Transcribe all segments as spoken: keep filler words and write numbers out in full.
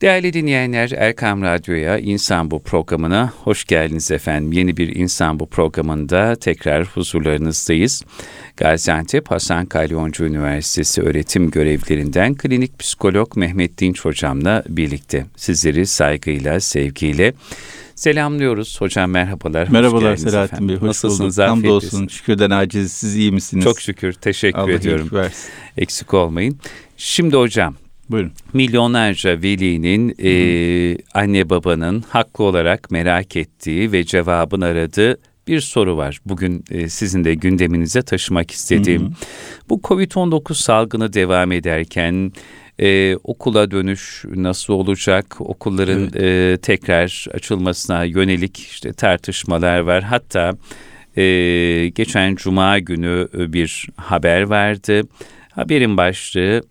Değerli dinleyenler, Erkam Radyo'ya, İnsan Bu programına hoş geldiniz efendim. Yeni bir İnsan Bu programında tekrar huzurlarınızdayız. Gaziantep Hasan Kalyoncu Üniversitesi öğretim görevlilerinden klinik psikolog Mehmet Dinç hocamla birlikte sizleri saygıyla, sevgiyle selamlıyoruz. Hocam merhabalar. Merhabalar Selahattin Bey, hoş Nasılsınız? bulduk. Hamdolsun, şükürden aciz. Siz iyi misiniz? Çok şükür, teşekkür Allah ediyorum. Eksik olmayın. Şimdi hocam, buyurun. Milyonlarca velinin, e, anne babanın haklı olarak merak ettiği ve cevabını aradığı bir soru var. Bugün e, sizin de gündeminize taşımak istediğim. Hı hı. Bu kovid on dokuz salgını devam ederken e, okula dönüş nasıl olacak? Okulların evet. e, tekrar açılmasına yönelik işte tartışmalar var. Hatta e, geçen Cuma günü bir haber vardı. Haberin başlığı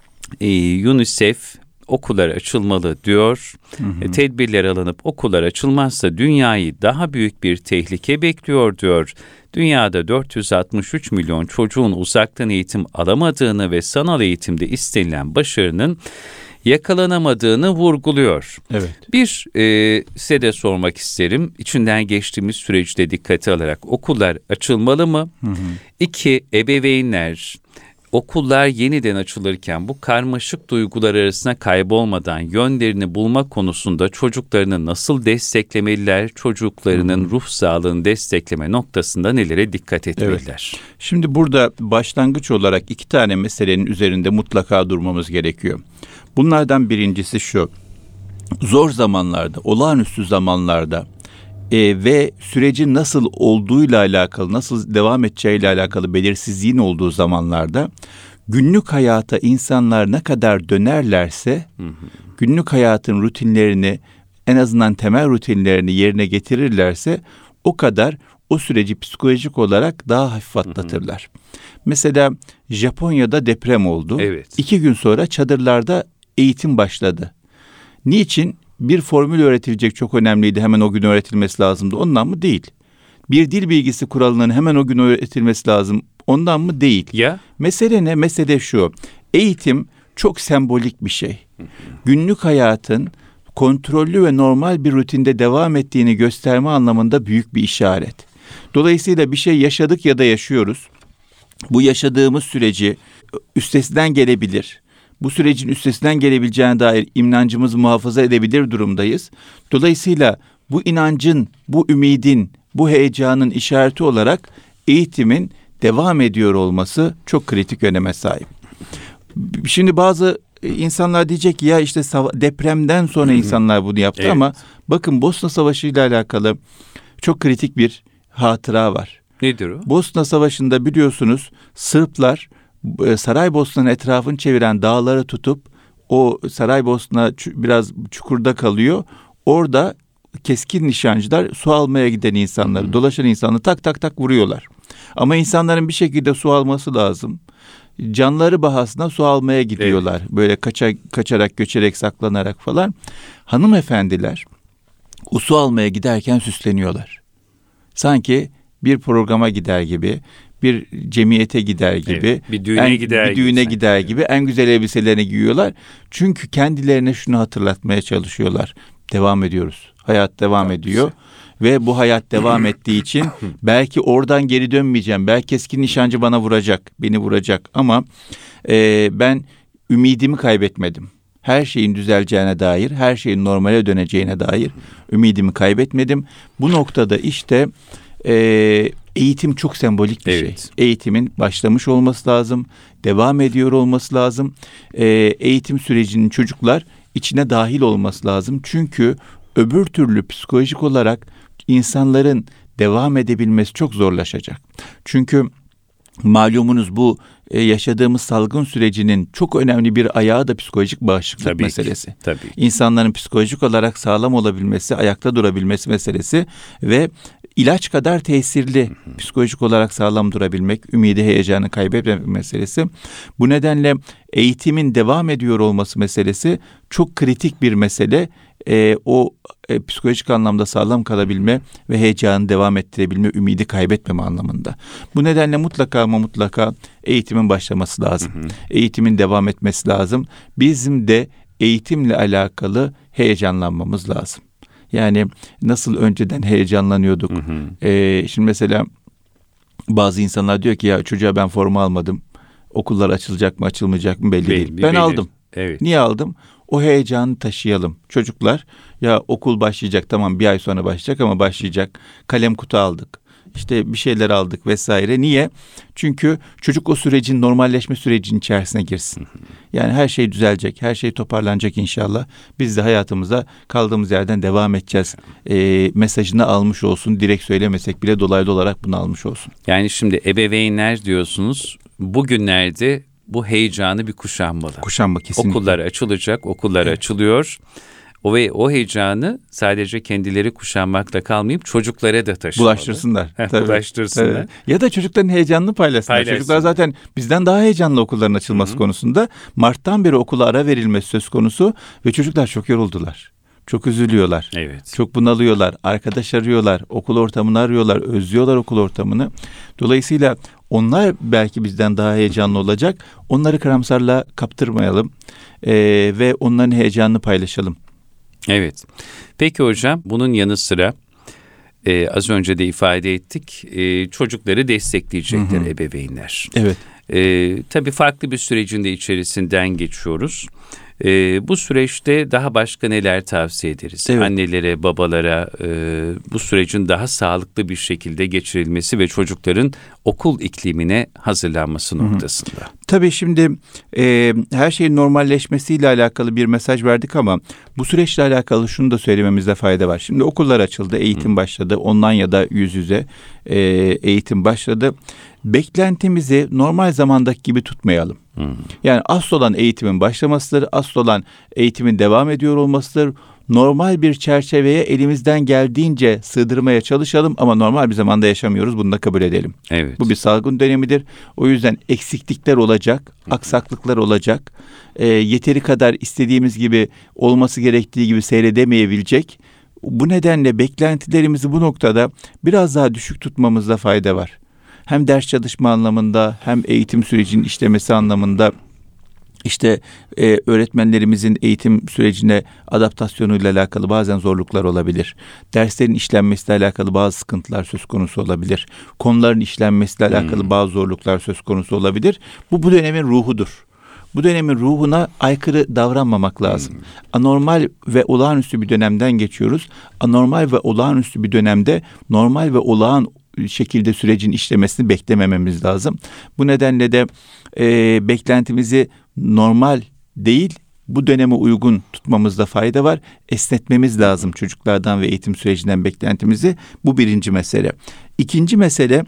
Ee, UNICEF okullar açılmalı diyor. Hı hı. Tedbirler alınıp okullar açılmazsa dünyayı daha büyük bir tehlike bekliyor diyor. Dünyada dört yüz altmış üç milyon çocuğun uzaktan eğitim alamadığını ve sanal eğitimde istenilen başarının yakalanamadığını vurguluyor. Evet. Bir, e, size de sormak isterim. İçinden geçtiğimiz süreçte dikkate alarak okullar açılmalı mı? Hı hı. İki, ebeveynler okullar yeniden açılırken bu karmaşık duygular arasında kaybolmadan yönlerini bulma konusunda çocuklarını nasıl desteklemeliler, çocuklarının ruh sağlığını destekleme noktasında nelere dikkat etmeliler? Evet. Şimdi burada başlangıç olarak iki tane meselenin üzerinde mutlaka durmamız gerekiyor. Bunlardan birincisi şu: zor zamanlarda, olağanüstü zamanlarda E, ve sürecin nasıl olduğuyla alakalı, nasıl devam edeceğiyle alakalı belirsizliğin olduğu zamanlarda günlük hayata insanlar ne kadar dönerlerse, hı hı. günlük hayatın rutinlerini, en azından temel rutinlerini yerine getirirlerse o kadar o süreci psikolojik olarak daha hafif atlatırlar. Hı hı. Mesela Japonya'da deprem oldu. Evet. İki gün sonra çadırlarda eğitim başladı. Niçin? Bir formül öğretilecek, çok önemliydi. Hemen o gün öğretilmesi lazımdı. Ondan mı? Değil. Bir dil bilgisi kuralının hemen o gün öğretilmesi lazım. Ondan mı? Değil. Ya. Mesele ne? Mesele şu: eğitim çok sembolik bir şey. Günlük hayatın kontrollü ve normal bir rutinde devam ettiğini gösterme anlamında büyük bir işaret. Dolayısıyla bir şey yaşadık ya da yaşıyoruz. Bu yaşadığımız süreci üstesinden gelebilir. Bu sürecin üstesinden gelebileceğine dair inancımızı muhafaza edebilir durumdayız. Dolayısıyla bu inancın, bu ümidin, bu heyecanın işareti olarak eğitimin devam ediyor olması çok kritik öneme sahip. Şimdi bazı insanlar diyecek ki ya işte depremden sonra insanlar bunu yaptı, evet. Ama bakın Bosna Savaşı ile alakalı çok kritik bir hatıra var. Nedir o? Bosna Savaşı'nda biliyorsunuz Sırplar Saraybosna'nın etrafını çeviren dağları tutup o Saraybosna biraz çukurda kalıyor. Orada keskin nişancılar su almaya giden insanları, hmm. dolaşan insanları tak tak tak vuruyorlar. Ama insanların bir şekilde su alması lazım. Canları bahasına su almaya gidiyorlar. Evet. Böyle kaça, kaçarak, göçerek, saklanarak falan. Hanımefendiler o su almaya giderken süsleniyorlar. Sanki bir programa gider gibi, bir cemiyete gider gibi, evet, bir düğüne en, gider, bir düğüne gibi, gider gibi en güzel elbiselerini giyiyorlar. Çünkü kendilerine şunu hatırlatmaya çalışıyorlar: devam ediyoruz. Hayat devam Çok ediyor. Güzel. Ve bu hayat devam ettiği için belki oradan geri dönmeyeceğim. Belki keskin nişancı bana vuracak, beni vuracak. Ama e, ben ümidimi kaybetmedim. Her şeyin düzeleceğine dair, her şeyin normale döneceğine dair ümidimi kaybetmedim. Bu noktada işte e, eğitim çok sembolik bir evet. şey. Eğitimin başlamış olması lazım, devam ediyor olması lazım. E, eğitim sürecinin çocuklar içine dahil olması lazım. Çünkü öbür türlü psikolojik olarak insanların devam edebilmesi çok zorlaşacak. Çünkü malumunuz bu e, yaşadığımız salgın sürecinin çok önemli bir ayağı da psikolojik bağışıklık tabii meselesi. Ki, tabii. İnsanların psikolojik olarak sağlam olabilmesi, ayakta durabilmesi meselesi ve ilaç kadar tesirli, hı hı. psikolojik olarak sağlam durabilmek, ümidi, heyecanı kaybetmemek meselesi. Bu nedenle eğitimin devam ediyor olması meselesi çok kritik bir mesele. E, o e, psikolojik anlamda sağlam kalabilme ve heyecanı devam ettirebilme, ümidi kaybetmeme anlamında. Bu nedenle mutlaka ama mutlaka eğitimin başlaması lazım. Hı hı. Eğitimin devam etmesi lazım. Bizim de eğitimle alakalı heyecanlanmamız lazım. Yani nasıl önceden heyecanlanıyorduk. Hı hı. E, şimdi mesela bazı insanlar diyor ki ya çocuğa ben forma almadım. Okullar açılacak mı açılmayacak mı belli, belli değil. Ben belli. aldım. Evet. Niye aldım? O heyecanı taşıyalım. Çocuklar ya okul başlayacak, tamam bir ay sonra başlayacak ama başlayacak. Kalem kutu aldık. İşte bir şeyler aldık vesaire. Niye? Çünkü çocuk o sürecin, normalleşme sürecinin içerisine girsin. Yani her şey düzelecek, her şey toparlanacak inşallah. Biz de hayatımıza kaldığımız yerden devam edeceğiz. E, mesajını almış olsun, direkt söylemesek bile dolaylı olarak bunu almış olsun. Yani şimdi ebeveynler diyorsunuz, bugünlerde bu heyecanı bir kuşanmalı. Kuşanma kesinlikle. Okullar açılacak, okullar evet. açılıyor. O ve o heyecanı sadece kendileri kuşanmakla kalmayıp çocuklara da taşımalı. Bulaştırsınlar. Tabii, bulaştırsınlar. Tabii. Ya da çocukların heyecanını paylaşsınlar. Paylaşsınlar. Çocuklar zaten bizden daha heyecanlı okulların açılması Hı-hı. konusunda. Mart'tan beri okula ara verilmesi söz konusu ve çocuklar çok yoruldular. Çok üzülüyorlar. Evet. Çok bunalıyorlar. Arkadaş arıyorlar. Okul ortamını arıyorlar. Özlüyorlar okul ortamını. Dolayısıyla onlar belki bizden daha heyecanlı olacak. Onları karamsarlığa kaptırmayalım. Ee, ve onların heyecanını paylaşalım. Evet. Peki hocam, bunun yanı sıra e, az önce de ifade ettik, e, çocukları destekleyecekler hı hı. ebeveynler. Evet. E, tabii farklı bir sürecin de içerisinden geçiyoruz. E, bu süreçte daha başka neler tavsiye ederiz? Evet. Annelere, babalara e, bu sürecin daha sağlıklı bir şekilde geçirilmesi ve çocukların okul iklimine hazırlanması Hı-hı. noktasında. Tabii şimdi e, her şeyin normalleşmesiyle alakalı bir mesaj verdik ama bu süreçle alakalı şunu da söylememizde fayda var. Şimdi okullar açıldı, eğitim Hı. başladı, online ya da yüz yüze e, eğitim başladı. Beklentimizi normal zamandaki gibi tutmayalım. Hı. Yani asıl olan eğitimin başlamasıdır, asıl olan eğitimin devam ediyor olmasıdır. Normal bir çerçeveye elimizden geldiğince sığdırmaya çalışalım ama normal bir zamanda yaşamıyoruz. Bunu da kabul edelim. Evet. Bu bir salgın dönemidir. O yüzden eksiklikler olacak, aksaklıklar olacak. E, yeteri kadar istediğimiz gibi, olması gerektiği gibi seyredemeyebilecek. Bu nedenle beklentilerimizi bu noktada biraz daha düşük tutmamızda fayda var. Hem ders çalışma anlamında hem eğitim sürecinin işlemesi anlamında. İşte e, öğretmenlerimizin eğitim sürecine adaptasyonuyla alakalı bazen zorluklar olabilir. Derslerin işlenmesiyle alakalı bazı sıkıntılar söz konusu olabilir. Konuların işlenmesiyle hmm. alakalı bazı zorluklar söz konusu olabilir. Bu bu dönemin ruhudur. Bu dönemin ruhuna aykırı davranmamak lazım. Hmm. Anormal ve olağanüstü bir dönemden geçiyoruz. Anormal ve olağanüstü bir dönemde normal ve olağan şekilde sürecin işlemesini beklemememiz lazım. Bu nedenle de e, beklentimizi normal değil, bu döneme uygun tutmamızda fayda var. Esnetmemiz lazım çocuklardan ve eğitim sürecinden beklentimizi. Bu birinci mesele. İkinci mesele,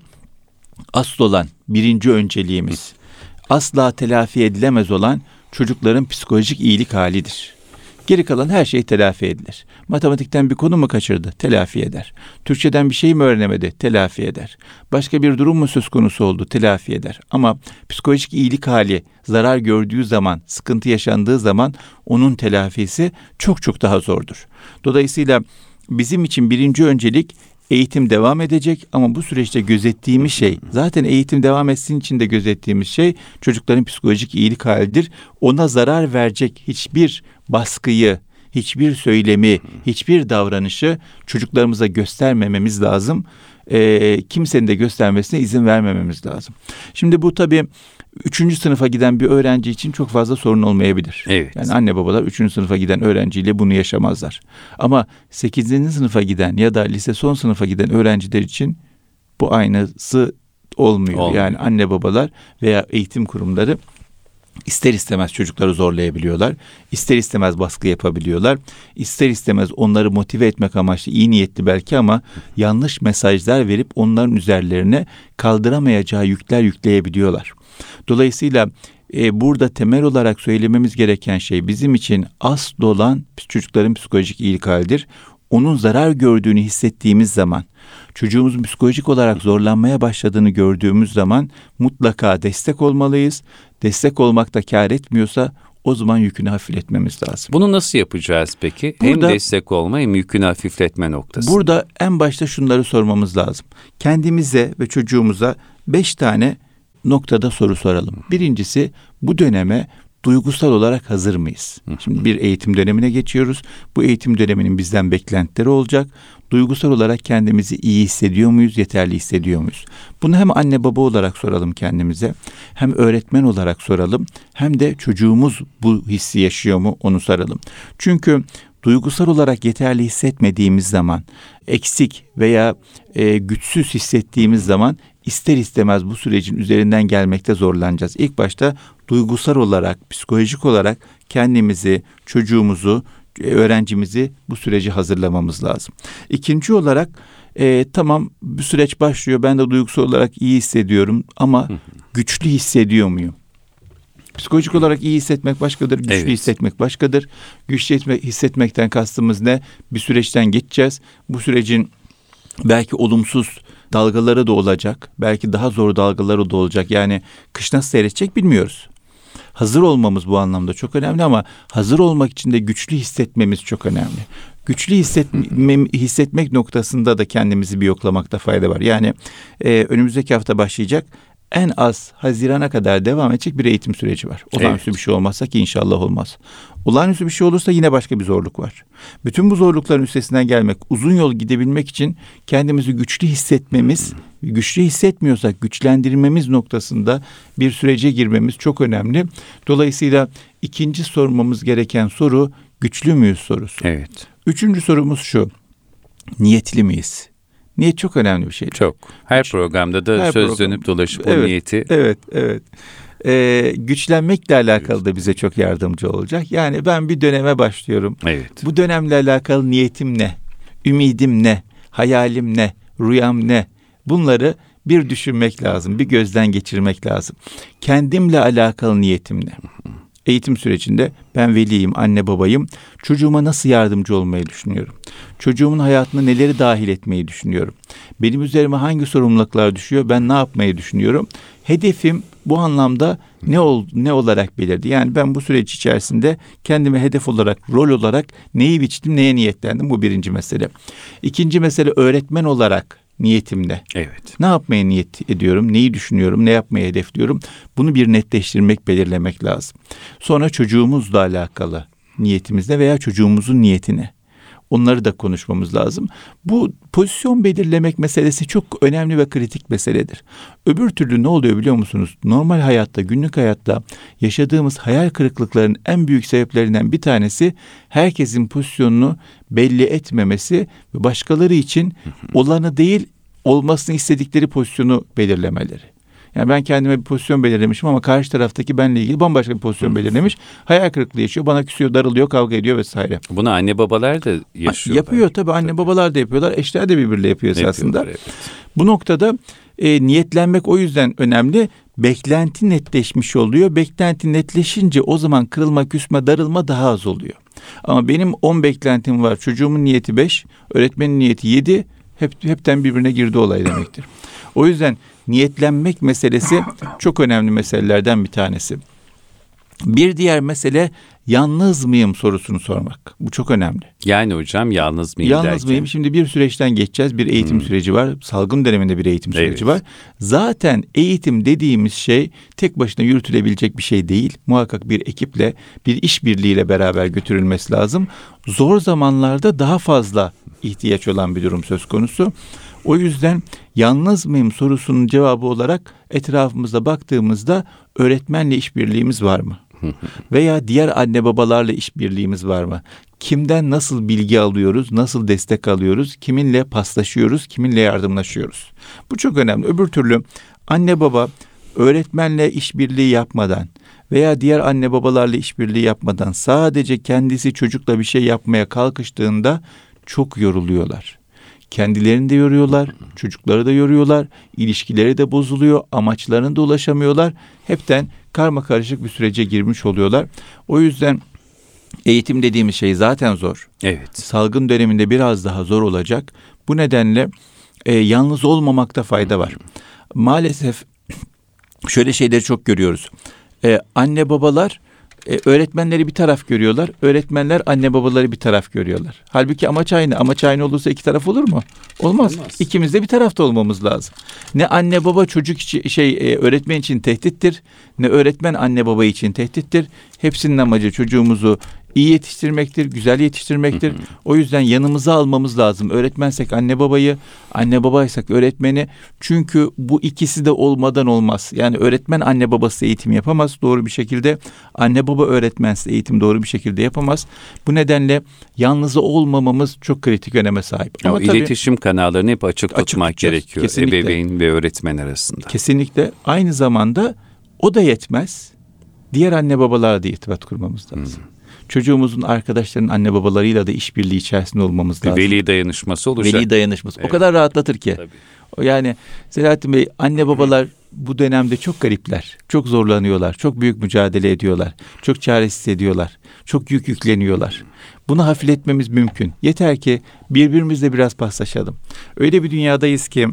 asıl olan, birinci önceliğimiz, asla telafi edilemez olan çocukların psikolojik iyilik halidir. Geri kalan her şey telafi edilir. Matematikten bir konu mu kaçırdı? Telafi eder. Türkçeden bir şey mi öğrenemedi? Telafi eder. Başka bir durum mu söz konusu oldu? Telafi eder. Ama psikolojik iyilik hali zarar gördüğü zaman, sıkıntı yaşandığı zaman onun telafisi çok çok daha zordur. Dolayısıyla bizim için birinci öncelik eğitim devam edecek ama bu süreçte gözettiğimiz şey, zaten eğitim devam etsin için de gözettiğimiz şey çocukların psikolojik iyilik halidir. Ona zarar verecek hiçbir baskıyı, hiçbir söylemi, hiçbir davranışı çocuklarımıza göstermememiz lazım. E, kimsenin de göstermesine izin vermememiz lazım. Şimdi bu tabii üçüncü sınıfa giden bir öğrenci için çok fazla sorun olmayabilir. Evet. Yani anne babalar üçüncü sınıfa giden öğrenciyle bunu yaşamazlar. Ama sekizinci sınıfa giden ya da lise son sınıfa giden öğrenciler için bu aynısı olmuyor. olmuyor. Yani anne babalar veya eğitim kurumları İster istemez çocukları zorlayabiliyorlar. İster istemez baskı yapabiliyorlar. İster istemez onları motive etmek amaçlı iyi niyetli belki ama yanlış mesajlar verip onların üzerlerine kaldıramayacağı yükler yükleyebiliyorlar. Dolayısıyla e, burada temel olarak söylememiz gereken şey bizim için asıl olan çocukların psikolojik iyilik halidir. Onun zarar gördüğünü hissettiğimiz zaman, çocuğumuzun psikolojik olarak zorlanmaya başladığını gördüğümüz zaman mutlaka destek olmalıyız. Destek olmakta kâr etmiyorsa o zaman yükünü hafifletmemiz lazım. Bunu nasıl yapacağız peki? Burada, hem destek olma hem yükünü hafifletme noktası. Burada en başta şunları sormamız lazım. Kendimize ve çocuğumuza beş tane noktada soru soralım. Birincisi, bu döneme duygusal olarak hazır mıyız? Şimdi bir eğitim dönemine geçiyoruz. Bu eğitim döneminin bizden beklentileri olacak. Duygusal olarak kendimizi iyi hissediyor muyuz, yeterli hissediyor muyuz? Bunu hem anne baba olarak soralım kendimize, hem öğretmen olarak soralım, hem de çocuğumuz bu hissi yaşıyor mu onu soralım. Çünkü duygusal olarak yeterli hissetmediğimiz zaman, eksik veya e, güçsüz hissettiğimiz zaman ister istemez bu sürecin üzerinden gelmekte zorlanacağız. İlk başta duygusal olarak, psikolojik olarak kendimizi, çocuğumuzu, öğrencimizi bu süreci hazırlamamız lazım. İkinci olarak e, tamam bu süreç başlıyor, ben de duygusal olarak iyi hissediyorum ama güçlü hissediyor muyum? Psikolojik olarak iyi hissetmek başkadır, güçlü evet. hissetmek başkadır. Güçlü hissetmekten kastımız ne? Bir süreçten geçeceğiz. Bu sürecin belki olumsuz dalgaları da olacak. Belki daha zor dalgaları da olacak. Yani kış nasıl seyredecek bilmiyoruz. Hazır olmamız bu anlamda çok önemli ama hazır olmak için de güçlü hissetmemiz çok önemli. Güçlü hissetme, hissetmek noktasında da kendimizi bir yoklamakta fayda var. Yani e, önümüzdeki hafta başlayacak en az Haziran'a kadar devam edecek bir eğitim süreci var. Olağanüstü evet. bir şey olmazsa ki inşallah olmaz. Olağanüstü bir şey olursa yine başka bir zorluk var. Bütün bu zorlukların üstesinden gelmek, uzun yol gidebilmek için kendimizi güçlü hissetmemiz, güçlü hissetmiyorsak güçlendirmemiz noktasında bir sürece girmemiz çok önemli. Dolayısıyla ikinci sormamız gereken soru güçlü müyüz sorusu. Evet. Üçüncü sorumuz şu: niyetli miyiz? Niyet çok önemli bir şey. Çok. Her Güç, programda da her söz program. dönüp dolaşıp evet, o niyeti. Evet, evet. Ee, güçlenmekle alakalı evet. da bize çok yardımcı olacak. Yani ben bir döneme başlıyorum. Evet. Bu dönemle alakalı niyetim ne? Ümidim ne? Hayalim ne? Rüyam ne? Bunları bir düşünmek lazım, bir gözden geçirmek lazım. Kendimle alakalı niyetim ne? Eğitim sürecinde ben veliyim, anne babayım. Çocuğuma nasıl yardımcı olmayı düşünüyorum? Çocuğumun hayatına neleri dahil etmeyi düşünüyorum? Benim üzerime hangi sorumluluklar düşüyor? Ben ne yapmayı düşünüyorum? Hedefim bu anlamda ne ol, ne olarak belirdi? Yani ben bu süreç içerisinde kendime hedef olarak, rol olarak neyi biçtim, neye niyetlendim? Bu birinci mesele. İkinci mesele öğretmen olarak niyetim ne? Evet. Ne yapmaya niyet ediyorum? Neyi düşünüyorum? Ne yapmayı hedefliyorum? Bunu bir netleştirmek, belirlemek lazım. Sonra çocuğumuzla alakalı niyetimiz ne veya çocuğumuzun niyetine. Onları da konuşmamız lazım. Bu pozisyon belirlemek meselesi çok önemli ve kritik meseledir. Öbür türlü ne oluyor biliyor musunuz? Normal hayatta, günlük hayatta yaşadığımız hayal kırıklıklarının en büyük sebeplerinden bir tanesi herkesin pozisyonunu belli etmemesi ve başkaları için olanı değil, olmasını istedikleri pozisyonu belirlemeleri. Yani ben kendime bir pozisyon belirlemişim ama karşı taraftaki benle ilgili bambaşka bir pozisyon belirlemiş. Hayal kırıklığı yaşıyor, bana küsüyor, darılıyor, kavga ediyor vesaire. Bunu anne babalar da yaşıyor. Yapıyor tabii, anne tabii. babalar da yapıyorlar, eşler de birbiriyle yapıyor esasında. Evet. Bu noktada e, niyetlenmek o yüzden önemli. Beklenti netleşmiş oluyor. Beklenti netleşince o zaman kırılma, küsme, darılma daha az oluyor. Ama benim on beklentim var, çocuğumun niyeti beş, öğretmenin niyeti yedi, hep, hepten birbirine girdi olay demektir. O yüzden niyetlenmek meselesi çok önemli meselelerden bir tanesi. Bir diğer mesele yalnız mıyım sorusunu sormak. Bu çok önemli. Yani hocam yalnız mıyım Yalnız derken? mıyım? Şimdi bir süreçten geçeceğiz. Bir eğitim hmm. süreci var. Salgın döneminde bir eğitim evet. süreci var. Zaten eğitim dediğimiz şey tek başına yürütülebilecek bir şey değil. Muhakkak bir ekiple, bir işbirliğiyle beraber götürülmesi lazım. Zor zamanlarda daha fazla ihtiyaç olan bir durum söz konusu. O yüzden yalnız mıyım sorusunun cevabı olarak etrafımıza baktığımızda öğretmenle işbirliğimiz var mı? Veya diğer anne babalarla işbirliğimiz var mı? Kimden nasıl bilgi alıyoruz, nasıl destek alıyoruz, kiminle paslaşıyoruz, kiminle yardımlaşıyoruz? Bu çok önemli. Öbür türlü anne baba öğretmenle işbirliği yapmadan veya diğer anne babalarla işbirliği yapmadan sadece kendisi çocukla bir şey yapmaya kalkıştığında çok yoruluyorlar. Kendilerini de yoruyorlar, çocukları da yoruyorlar, ilişkileri de bozuluyor, amaçlarına da ulaşamıyorlar. Hepten karmakarışık bir sürece girmiş oluyorlar. O yüzden eğitim dediğimiz şey zaten zor. Evet. Salgın döneminde biraz daha zor olacak. Bu nedenle e, yalnız olmamakta fayda var. Maalesef şöyle şeyleri çok görüyoruz. E, anne babalar e, öğretmenleri bir taraf görüyorlar. Öğretmenler anne babaları bir taraf görüyorlar. Halbuki amaç aynı. Amaç aynı olursa iki taraf olur mu? Olmaz. Olmaz. İkimiz de bir tarafta olmamız lazım. Ne anne baba çocuk için, şey e, öğretmen için tehdittir, ne öğretmen anne baba için tehdittir. Hepsinin amacı çocuğumuzu iyi yetiştirmektir, güzel yetiştirmektir. Hı hı. O yüzden yanımıza almamız lazım. Öğretmensek anne babayı, anne babaysak öğretmeni. Çünkü bu ikisi de olmadan olmaz. Yani öğretmen anne babası eğitim yapamaz doğru bir şekilde. Anne baba öğretmense eğitim doğru bir şekilde yapamaz. Bu nedenle yalnız olmamamız çok kritik öneme sahip. Ama tabii, iletişim kanallarını hep açık tutmak açık gerekiyor. Kesinlikle. Ebeveyn ve öğretmen arasında. Kesinlikle. Aynı zamanda o da yetmez. Diğer anne babalarla da irtibat kurmamız lazım. Hmm. Çocuğumuzun arkadaşlarının anne babalarıyla da işbirliği içerisinde olmamız lazım. Veli dayanışması olacak. Veli dayanışması. Evet. O kadar rahatlatır ki. Tabii. Yani Selahattin Bey, anne babalar bu dönemde çok garipler. Çok zorlanıyorlar. Çok büyük mücadele ediyorlar. Çok çaresiz ediyorlar. Çok yük yükleniyorlar. Bunu hafifletmemiz mümkün. Yeter ki birbirimizle biraz paslaşalım. Öyle bir dünyadayız ki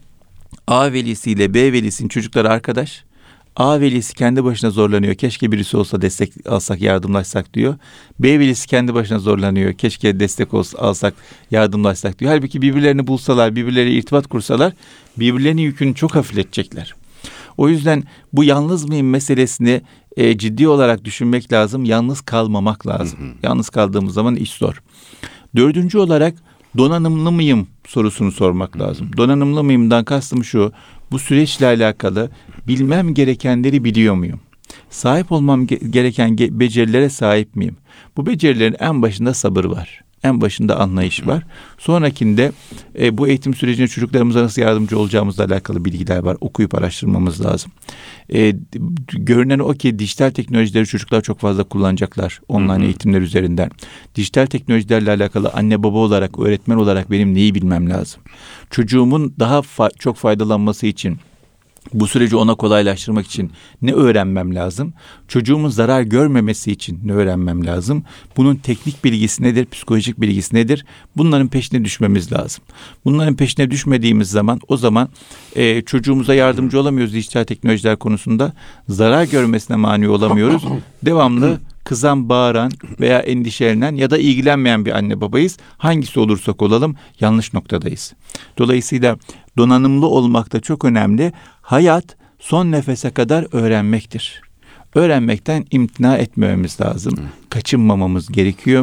A velisiyle B velisinin çocukları arkadaş. A velisi kendi başına zorlanıyor. Keşke birisi olsa destek alsak, yardımlaşsak diyor. B velisi kendi başına zorlanıyor. Keşke destek olsa, alsak, yardımlaşsak diyor. Halbuki birbirlerini bulsalar, birbirleriyle irtibat kursalar birbirlerinin yükünü çok hafifletecekler. O yüzden bu yalnız mıyım meselesini e, ciddi olarak düşünmek lazım. Yalnız kalmamak lazım. Hı hı. Yalnız kaldığımız zaman iş zor. Dördüncü olarak donanımlı mıyım sorusunu sormak lazım. Donanımlı mıyımdan kastım şu: bu süreçle alakalı bilmem gerekenleri biliyor muyum? Sahip olmam gereken becerilere sahip miyim? Bu becerilerin en başında sabır var. En başında anlayış var. Sonrakinde e, bu eğitim sürecinde çocuklarımıza nasıl yardımcı olacağımızla alakalı bilgiler var. Okuyup araştırmamız lazım. E, görünen o ki dijital teknolojileri çocuklar çok fazla kullanacaklar. Online hı hı. eğitimler üzerinden. Dijital teknolojilerle alakalı anne baba olarak, öğretmen olarak benim neyi bilmem lazım? Çocuğumun daha fa- çok faydalanması için, bu süreci ona kolaylaştırmak için ne öğrenmem lazım? Çocuğumun zarar görmemesi için ne öğrenmem lazım? Bunun teknik bilgisi nedir? Psikolojik bilgisi nedir? Bunların peşine düşmemiz lazım. Bunların peşine düşmediğimiz zaman o zaman e, çocuğumuza yardımcı olamıyoruz dijital teknolojiler konusunda. Zarar görmesine mani olamıyoruz. Devamlı kızan, bağıran veya endişelenen ya da ilgilenmeyen bir anne babayız. Hangisi olursak olalım yanlış noktadayız. Dolayısıyla donanımlı olmak da çok önemli. Hayat son nefese kadar öğrenmektir. Öğrenmekten imtina etmememiz lazım. Hı. Kaçınmamamız gerekiyor.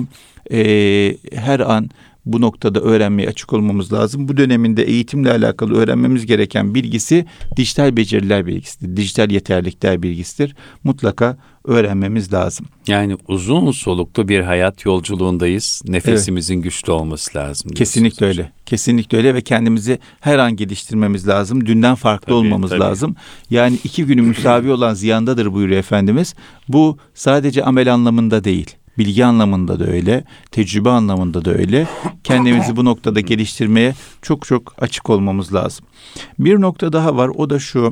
Ee, her an bu noktada öğrenmeye açık olmamız lazım. Bu döneminde eğitimle alakalı öğrenmemiz gereken bilgisi dijital beceriler bilgisidir. Dijital yeterlilikler bilgisidir. Mutlaka öğrenmemiz lazım. Yani uzun soluklu bir hayat yolculuğundayız. Nefesimizin evet. güçlü olması lazım. Kesinlikle öyle. Hocam. Kesinlikle öyle ve kendimizi her an geliştirmemiz lazım. Dünden farklı tabii, olmamız tabii. lazım. Yani iki günü müsavi olan ziyandadır buyuruyor Efendimiz. Bu sadece amel anlamında değil. Bilgi anlamında da öyle, tecrübe anlamında da öyle. Kendimizi bu noktada geliştirmeye çok çok açık olmamız lazım. Bir nokta daha var, o da şu.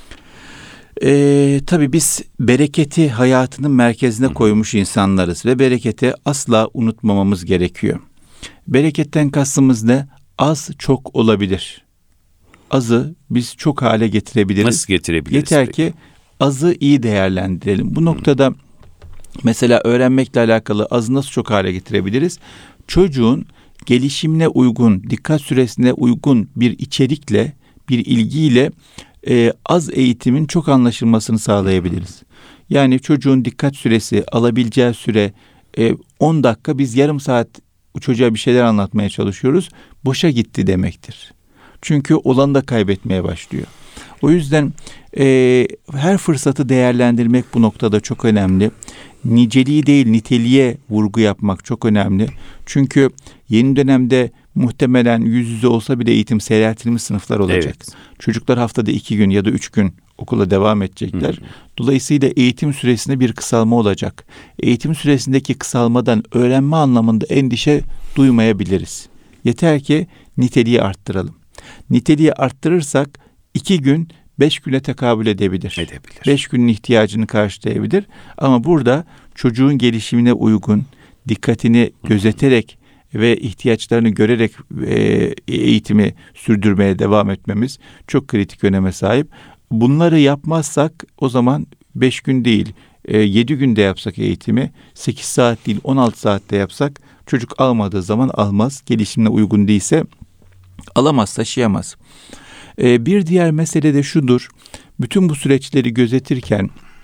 Ee, tabii biz bereketi hayatının merkezine koymuş insanlarız ve bereketi asla unutmamamız gerekiyor. Bereketten kastımız ne? Az çok olabilir. Azı biz çok hale getirebiliriz. Nasıl getirebiliriz? Yeter peki? ki azı iyi değerlendirelim. Bu noktada mesela öğrenmekle alakalı azı nasıl çok hale getirebiliriz? Çocuğun gelişimine uygun, dikkat süresine uygun bir içerikle, bir ilgiyle e, az eğitimin çok anlaşılmasını sağlayabiliriz. Yani çocuğun dikkat süresi, alabileceği süre e, on dakika, biz yarım saat çocuğa bir şeyler anlatmaya çalışıyoruz. Boşa gitti demektir. Çünkü olanı da kaybetmeye başlıyor. O yüzden e, her fırsatı değerlendirmek bu noktada çok önemli. Niceliği değil niteliğe vurgu yapmak çok önemli. Çünkü yeni dönemde muhtemelen yüz yüze olsa bile eğitim seyreltilmiş sınıflar olacak. Evet. Çocuklar haftada iki gün ya da üç gün okula devam edecekler. Hı. Dolayısıyla eğitim süresinde bir kısalma olacak. Eğitim süresindeki kısalmadan öğrenme anlamında endişe duymayabiliriz. Yeter ki niteliği arttıralım. Niteliği arttırırsak iki gün beş güne tekabül edebilir. Edebilir. Beş günün ihtiyacını karşılayabilir. Ama burada çocuğun gelişimine uygun, dikkatini gözeterek ve ihtiyaçlarını görerek e, eğitimi sürdürmeye devam etmemiz çok kritik öneme sahip. Bunları yapmazsak o zaman beş gün değil, e, yedi günde yapsak eğitimi, sekiz saat değil on altı saatte yapsak çocuk almadığı zaman almaz. Gelişimine uygun değilse alamaz, taşıyamaz. Ee, bir diğer mesele de şudur. Bütün bu süreçleri gözetirken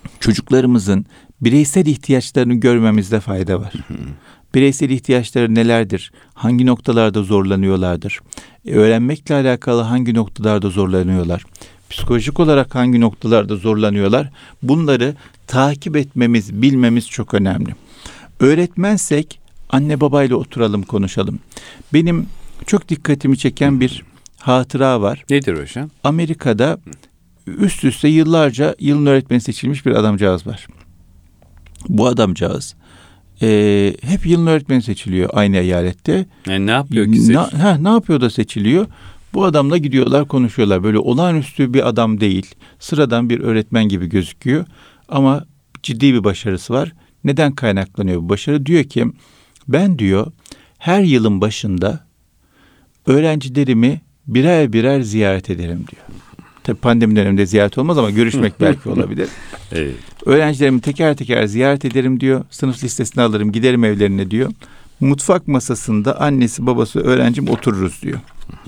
çocuklarımızın bireysel ihtiyaçlarını görmemizde fayda var. Hı hı. Bireysel ihtiyaçları nelerdir? Hangi noktalarda zorlanıyorlardır? E, öğrenmekle alakalı hangi noktalarda zorlanıyorlar? Psikolojik olarak hangi noktalarda zorlanıyorlar? Bunları takip etmemiz, bilmemiz çok önemli. Öğretmensek anne babayla oturalım, konuşalım. Benim çok dikkatimi çeken bir hatıra var. Nedir hocam? Amerika'da üst üste yıllarca yılın öğretmeni seçilmiş bir adamcağız var. Bu adamcağız e, hep yılın öğretmeni seçiliyor aynı eyalette. Yani ne yapıyor ki seçiliyor? Na, ha, ne yapıyor da seçiliyor? Bu adamla gidiyorlar, konuşuyorlar. Böyle olağanüstü bir adam değil. Sıradan bir öğretmen gibi gözüküyor. Ama ciddi bir başarısı var. Neden kaynaklanıyor bu başarı? Diyor ki ben diyor her yılın başında öğrencilerimi birer birer ziyaret ederim diyor. Tabii pandemi döneminde ziyaret olmaz ama görüşmek belki olabilir. Evet. Öğrencilerimi teker teker ziyaret ederim diyor. Sınıf listesini alırım, giderim evlerine diyor. Mutfak masasında annesi, babası, öğrencim otururuz diyor.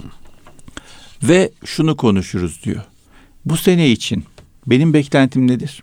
Ve şunu konuşuruz diyor. Bu sene için benim beklentim nedir?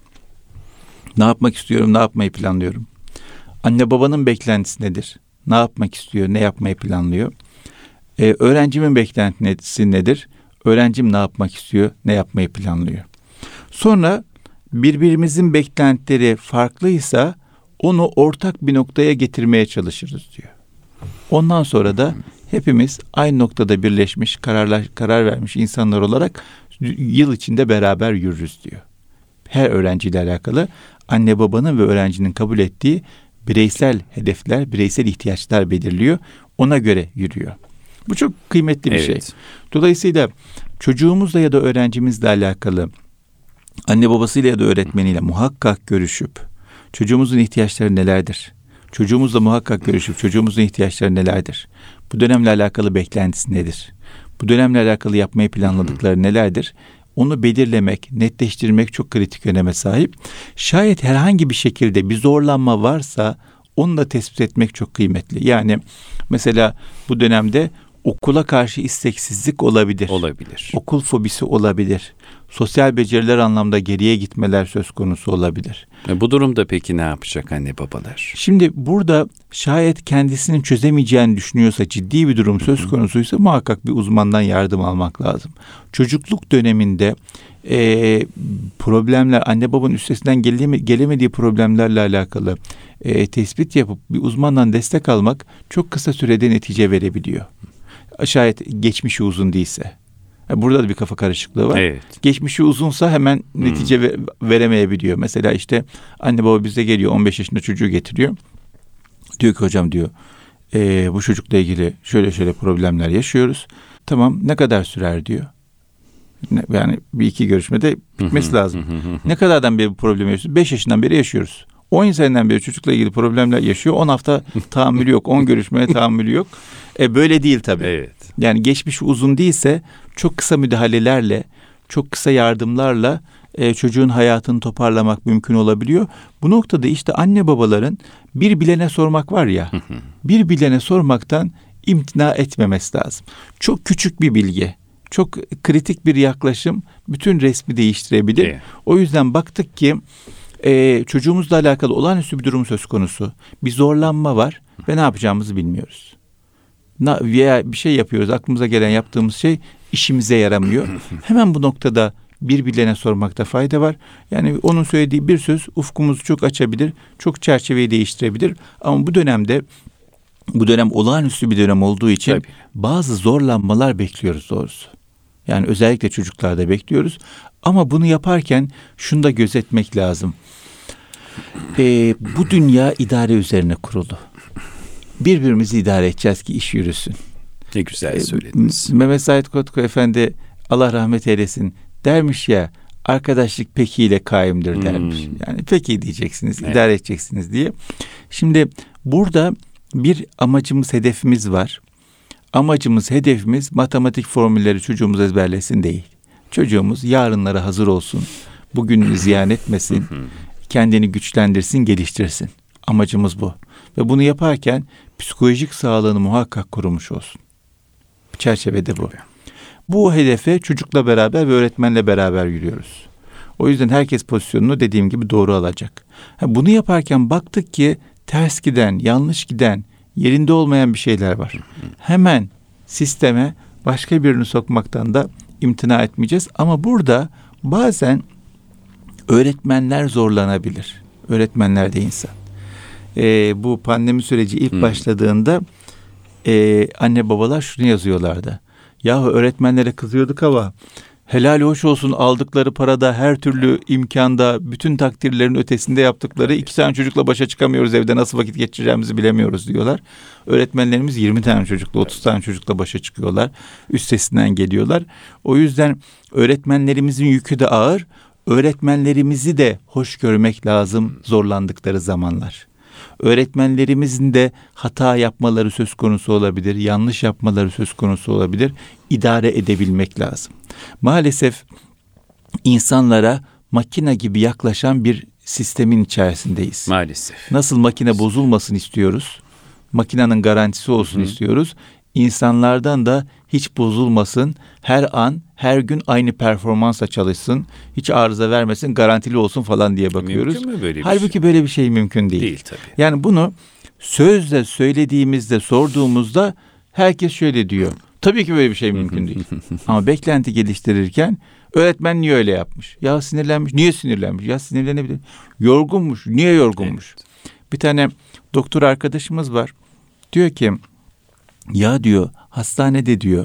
Ne yapmak istiyorum, ne yapmayı planlıyorum? Anne babanın beklentisi nedir? Ne yapmak istiyor, ne yapmayı planlıyor? Ee, öğrencimin beklentisi nedir? Öğrencim ne yapmak istiyor, ne yapmayı planlıyor? Sonra birbirimizin beklentileri farklıysa onu ortak bir noktaya getirmeye çalışırız diyor. Ondan sonra da hepimiz aynı noktada birleşmiş, kararlar, karar vermiş insanlar olarak yıl içinde beraber yürürüz diyor. Her öğrenciyle alakalı anne babanın ve öğrencinin kabul ettiği bireysel hedefler, bireysel ihtiyaçlar belirliyor. Ona göre yürüyor. Bu çok kıymetli bir evet. şey. Dolayısıyla çocuğumuzla ya da öğrencimizle alakalı anne babasıyla ya da öğretmeniyle muhakkak görüşüp çocuğumuzun ihtiyaçları nelerdir? Çocuğumuzla muhakkak görüşüp çocuğumuzun ihtiyaçları nelerdir? Bu dönemle alakalı beklentisi nedir? Bu dönemle alakalı yapmayı planladıkları nelerdir? Onu belirlemek, netleştirmek çok kritik öneme sahip. Şayet herhangi bir şekilde bir zorlanma varsa onu da tespit etmek çok kıymetli. Yani mesela bu dönemde okula karşı isteksizlik olabilir. Olabilir. Okul fobisi olabilir. Sosyal beceriler anlamda geriye gitmeler söz konusu olabilir. E bu durumda peki ne yapacak anne babalar? Şimdi burada şayet kendisinin çözemeyeceğini düşünüyorsa, ciddi bir durum söz konusuysa muhakkak bir uzmandan yardım almak lazım. Çocukluk döneminde e, problemler, anne babanın üstesinden geleme, gelemediği problemlerle alakalı e, tespit yapıp bir uzmandan destek almak çok kısa sürede netice verebiliyor. Şayet geçmişi uzun değilse. Burada da bir kafa karışıklığı var. Evet. Geçmişi uzunsa hemen netice hmm. veremeyebiliyor. Mesela işte anne baba bize geliyor, on beş yaşında çocuğu getiriyor. Diyor ki hocam diyor e, bu çocukla ilgili şöyle şöyle problemler yaşıyoruz. Tamam, ne kadar sürer diyor. Yani bir iki görüşmede bitmesi lazım. Ne kadardan beri bu problemi yaşıyoruz? beş yaşından beri yaşıyoruz. on seneden beri çocukla ilgili problemler yaşıyor. on hafta tahammülü yok. on görüşmeye tahammülü yok. E böyle değil tabii. Evet. Yani geçmiş uzun değilse çok kısa müdahalelerle, çok kısa yardımlarla e, çocuğun hayatını toparlamak mümkün olabiliyor. Bu noktada işte anne babaların bir bilene sormak var ya, bir bilene sormaktan imtina etmemesi lazım. Çok küçük bir bilgi, çok kritik bir yaklaşım bütün resmi değiştirebilir. Evet. O yüzden baktık ki e, çocuğumuzla alakalı olağanüstü bir durum söz konusu. Bir zorlanma var ve ne yapacağımızı bilmiyoruz. Veya bir şey yapıyoruz, aklımıza gelen yaptığımız şey işimize yaramıyor. Hemen bu noktada birbirlerine sormakta fayda var. Yani onun söylediği bir söz ufkumuzu çok açabilir, çok çerçeveyi değiştirebilir. Ama bu dönemde, bu dönem olağanüstü bir dönem olduğu için tabii, bazı zorlanmalar bekliyoruz doğrusu. Yani özellikle çocuklarda bekliyoruz. Ama bunu yaparken şunu da gözetmek lazım. Ee, bu dünya idare üzerine kurulu. Birbirimizi idare edeceğiz ki iş yürüsün. Ne güzel söylediniz. Mehmet Said Kotku Efendi Allah rahmet eylesin dermiş ya, arkadaşlık peki ile kaimdir dermiş. Hmm. Yani peki diyeceksiniz, evet, idare edeceksiniz diye. Şimdi burada bir amacımız, hedefimiz var. Amacımız, hedefimiz matematik formülleri çocuğumuz ezberlesin değil. Çocuğumuz yarınlara hazır olsun. Bugününü ziyan etmesin. Kendini güçlendirsin, geliştirsin. Amacımız bu. Ve bunu yaparken psikolojik sağlığını muhakkak korumuş olsun. Çerçevede bu. Bu hedefe çocukla beraber ve öğretmenle beraber yürüyoruz. O yüzden herkes pozisyonunu dediğim gibi doğru alacak. Ha, bunu yaparken baktık ki ters giden, yanlış giden, yerinde olmayan bir şeyler var. Hemen sisteme başka birini sokmaktan da imtina etmeyeceğiz. Ama burada bazen öğretmenler zorlanabilir. Öğretmenler de insan. Ee, bu pandemi süreci ilk hmm. başladığında e, anne babalar şunu yazıyorlardı. Yahu öğretmenlere kızıyorduk ama helal hoş olsun aldıkları parada, her türlü imkanda, bütün takdirlerin ötesinde yaptıkları iki tane çocukla başa çıkamıyoruz, evde nasıl vakit geçireceğimizi bilemiyoruz diyorlar. Öğretmenlerimiz yirmi tane çocukla, otuz tane çocukla başa çıkıyorlar. Üstesinden geliyorlar. O yüzden öğretmenlerimizin yükü de ağır. Öğretmenlerimizi de hoş görmek lazım zorlandıkları zamanlar. Öğretmenlerimizin de hata yapmaları söz konusu olabilir, yanlış yapmaları söz konusu olabilir. İdare edebilmek lazım. Maalesef insanlara makine gibi yaklaşan bir sistemin içerisindeyiz. Maalesef. Nasıl makine bozulmasın istiyoruz, makinenin garantisi olsun Hı-hı. istiyoruz. İnsanlardan da hiç bozulmasın, her an, her gün aynı performansla çalışsın, hiç arıza vermesin, garantili olsun falan diye bakıyoruz. Mümkün mü böyle bir Halbuki şey? böyle bir şey mümkün değil. Değil tabii. Yani bunu sözle söylediğimizde, sorduğumuzda herkes şöyle diyor. Tabii ki böyle bir şey mümkün değil. Ama beklenti geliştirirken öğretmen niye öyle yapmış? Ya sinirlenmiş. Niye sinirlenmiş? Ya sinirlenebilir. Yorgunmuş. Niye yorgunmuş? Evet. Bir tane doktor arkadaşımız var. Diyor ki ya diyor hastanede diyor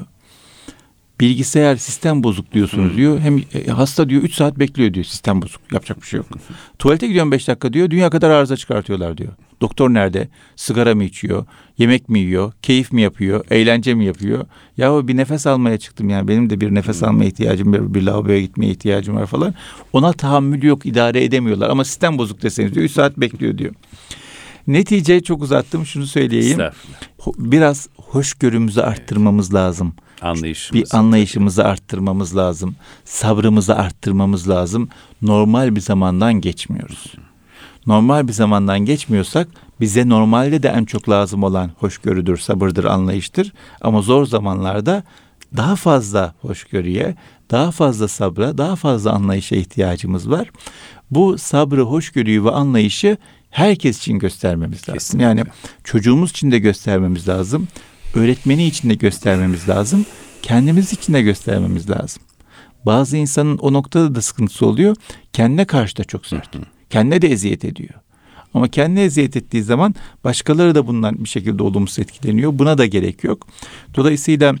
bilgisayar sistem bozuk diyorsunuz hmm. diyor. Hem e, hasta diyor üç saat bekliyor diyor, sistem bozuk. Yapacak bir şey yok. Tuvalete gidiyorum beş dakika diyor. Dünya kadar arıza çıkartıyorlar diyor. Doktor nerede? Sigara mı içiyor? Yemek mi yiyor? Keyif mi yapıyor? Eğlence mi yapıyor? Yahu bir nefes almaya çıktım yani. Benim de bir nefes hmm. almaya ihtiyacım var. Bir lavaboya gitmeye ihtiyacım var falan. Ona tahammül yok, idare edemiyorlar. Ama sistem bozuk deseniz diyor üç saat bekliyor diyor. Netice çok uzattım, şunu söyleyeyim. Biraz hoşgörümüzü arttırmamız lazım. Anlayışımızı. Bir anlayışımızı arttırmamız lazım. Sabrımızı arttırmamız lazım. Normal bir zamandan geçmiyoruz. Normal bir zamandan geçmiyorsak bize normalde de en çok lazım olan hoşgörüdür, sabırdır, anlayıştır. Ama zor zamanlarda daha fazla hoşgörüye, daha fazla sabra, daha fazla anlayışa ihtiyacımız var. Bu sabrı, hoşgörüyü ve anlayışı herkes için göstermemiz lazım. Kesinlikle. Yani çocuğumuz için de göstermemiz lazım. Öğretmeni için de göstermemiz lazım. Kendimiz için de göstermemiz lazım. Bazı insanın o noktada da sıkıntısı oluyor. Kendine karşı da çok sert. Hı hı. Kendine de eziyet ediyor. Ama kendine eziyet ettiği zaman başkaları da bundan bir şekilde olumsuz etkileniyor. Buna da gerek yok. Dolayısıyla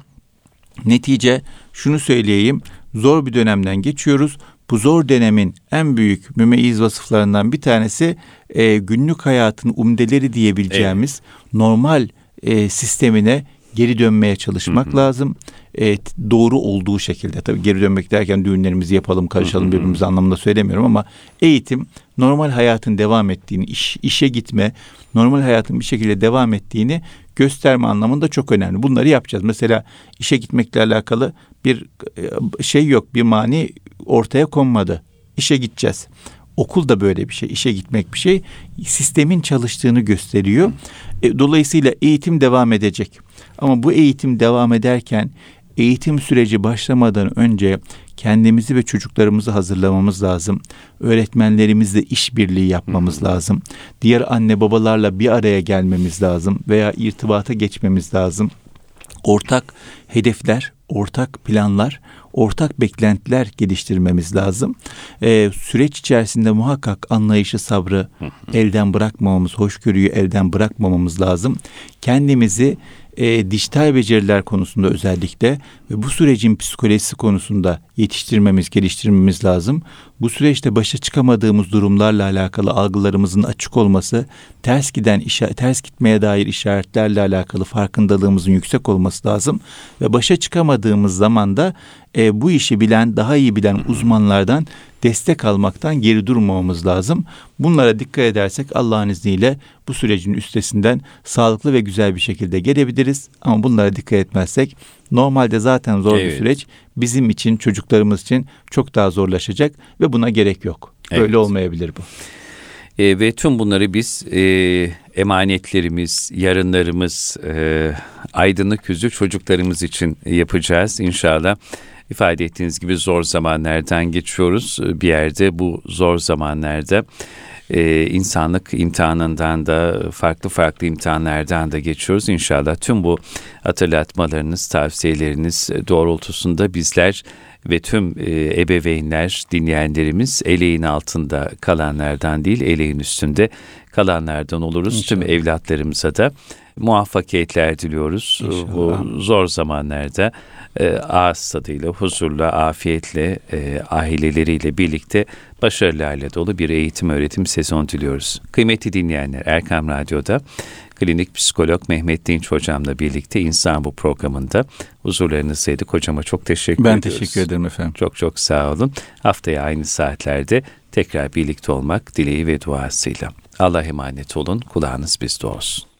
netice şunu söyleyeyim. Zor bir dönemden geçiyoruz. Bu zor dönemin en büyük mümeyyiz vasıflarından bir tanesi e, günlük hayatın umdeleri diyebileceğimiz evet. normal e, sistemine geri dönmeye çalışmak hı hı. lazım. E, doğru olduğu şekilde. Tabii geri dönmek derken düğünlerimizi yapalım, karışalım hı hı. birbirimize anlamında söylemiyorum ama eğitim normal hayatın devam ettiğini, iş, işe gitme, normal hayatın bir şekilde devam ettiğini gösterme anlamında çok önemli. Bunları yapacağız. Mesela işe gitmekle alakalı bir şey yok, bir mani ortaya konmadı. İşe gideceğiz. Okul da böyle bir şey. İşe gitmek bir şey. Sistemin çalıştığını gösteriyor. E, dolayısıyla eğitim devam edecek. Ama bu eğitim devam ederken eğitim süreci başlamadan önce kendimizi ve çocuklarımızı hazırlamamız lazım. Öğretmenlerimizle işbirliği yapmamız hmm. lazım. Diğer anne babalarla bir araya gelmemiz lazım veya irtibata geçmemiz lazım. Ortak hedefler, ortak planlar, ortak beklentiler geliştirmemiz lazım. Ee, süreç içerisinde muhakkak anlayışı, sabrı elden bırakmamamız, hoşgörüyü elden bırakmamamız lazım. Kendimizi e, dijital beceriler konusunda özellikle ve bu sürecin psikolojisi konusunda yetiştirmemiz, geliştirmemiz lazım. Bu süreçte başa çıkamadığımız durumlarla alakalı algılarımızın açık olması, ters giden işe, ters gitmeye dair işaretlerle alakalı farkındalığımızın yüksek olması lazım ve başa çıkamadığımız zaman da e, bu işi bilen, daha iyi bilen uzmanlardan destek almaktan geri durmamamız lazım. Bunlara dikkat edersek Allah'ın izniyle bu sürecin üstesinden sağlıklı ve güzel bir şekilde gelebiliriz. Ama bunlara dikkat etmezsek normalde zaten zor evet. bir süreç bizim için, çocuklarımız için çok daha zorlaşacak ve buna gerek yok. Böyle evet. olmayabilir bu. E, ve tüm bunları biz e, emanetlerimiz, yarınlarımız, e, aydınlık yüzlü çocuklarımız için yapacağız inşallah. ifade ettiğiniz gibi zor zamanlardan geçiyoruz. Bir yerde bu zor zamanlarda Ee, insanlık imtihanından da farklı farklı imtihanlardan da geçiyoruz. İnşallah tüm bu hatırlatmalarınız, tavsiyeleriniz doğrultusunda bizler ve tüm e, ebeveynler, dinleyenlerimiz eleğin altında kalanlardan değil, eleğin üstünde kalanlardan oluruz. İnşallah. Tüm evlatlarımıza da muvaffakiyetler diliyoruz. İnşallah. Bu zor zamanlarda e, ağız tadıyla, huzurla, afiyetle, e, aileleriyle birlikte başarılarla dolu bir eğitim öğretim sezonu diliyoruz. Kıymetli dinleyenler, Erkam Radyo'da klinik psikolog Mehmet Dinç hocamla birlikte İnsan Bu programında huzurlarınızdaydık. Hocama çok teşekkür ben ediyoruz. Ben teşekkür ederim efendim. Çok çok sağ olun. Haftaya aynı saatlerde tekrar birlikte olmak dileği ve duasıyla. Allah'a emanet olun. Kulağınız bizde olsun.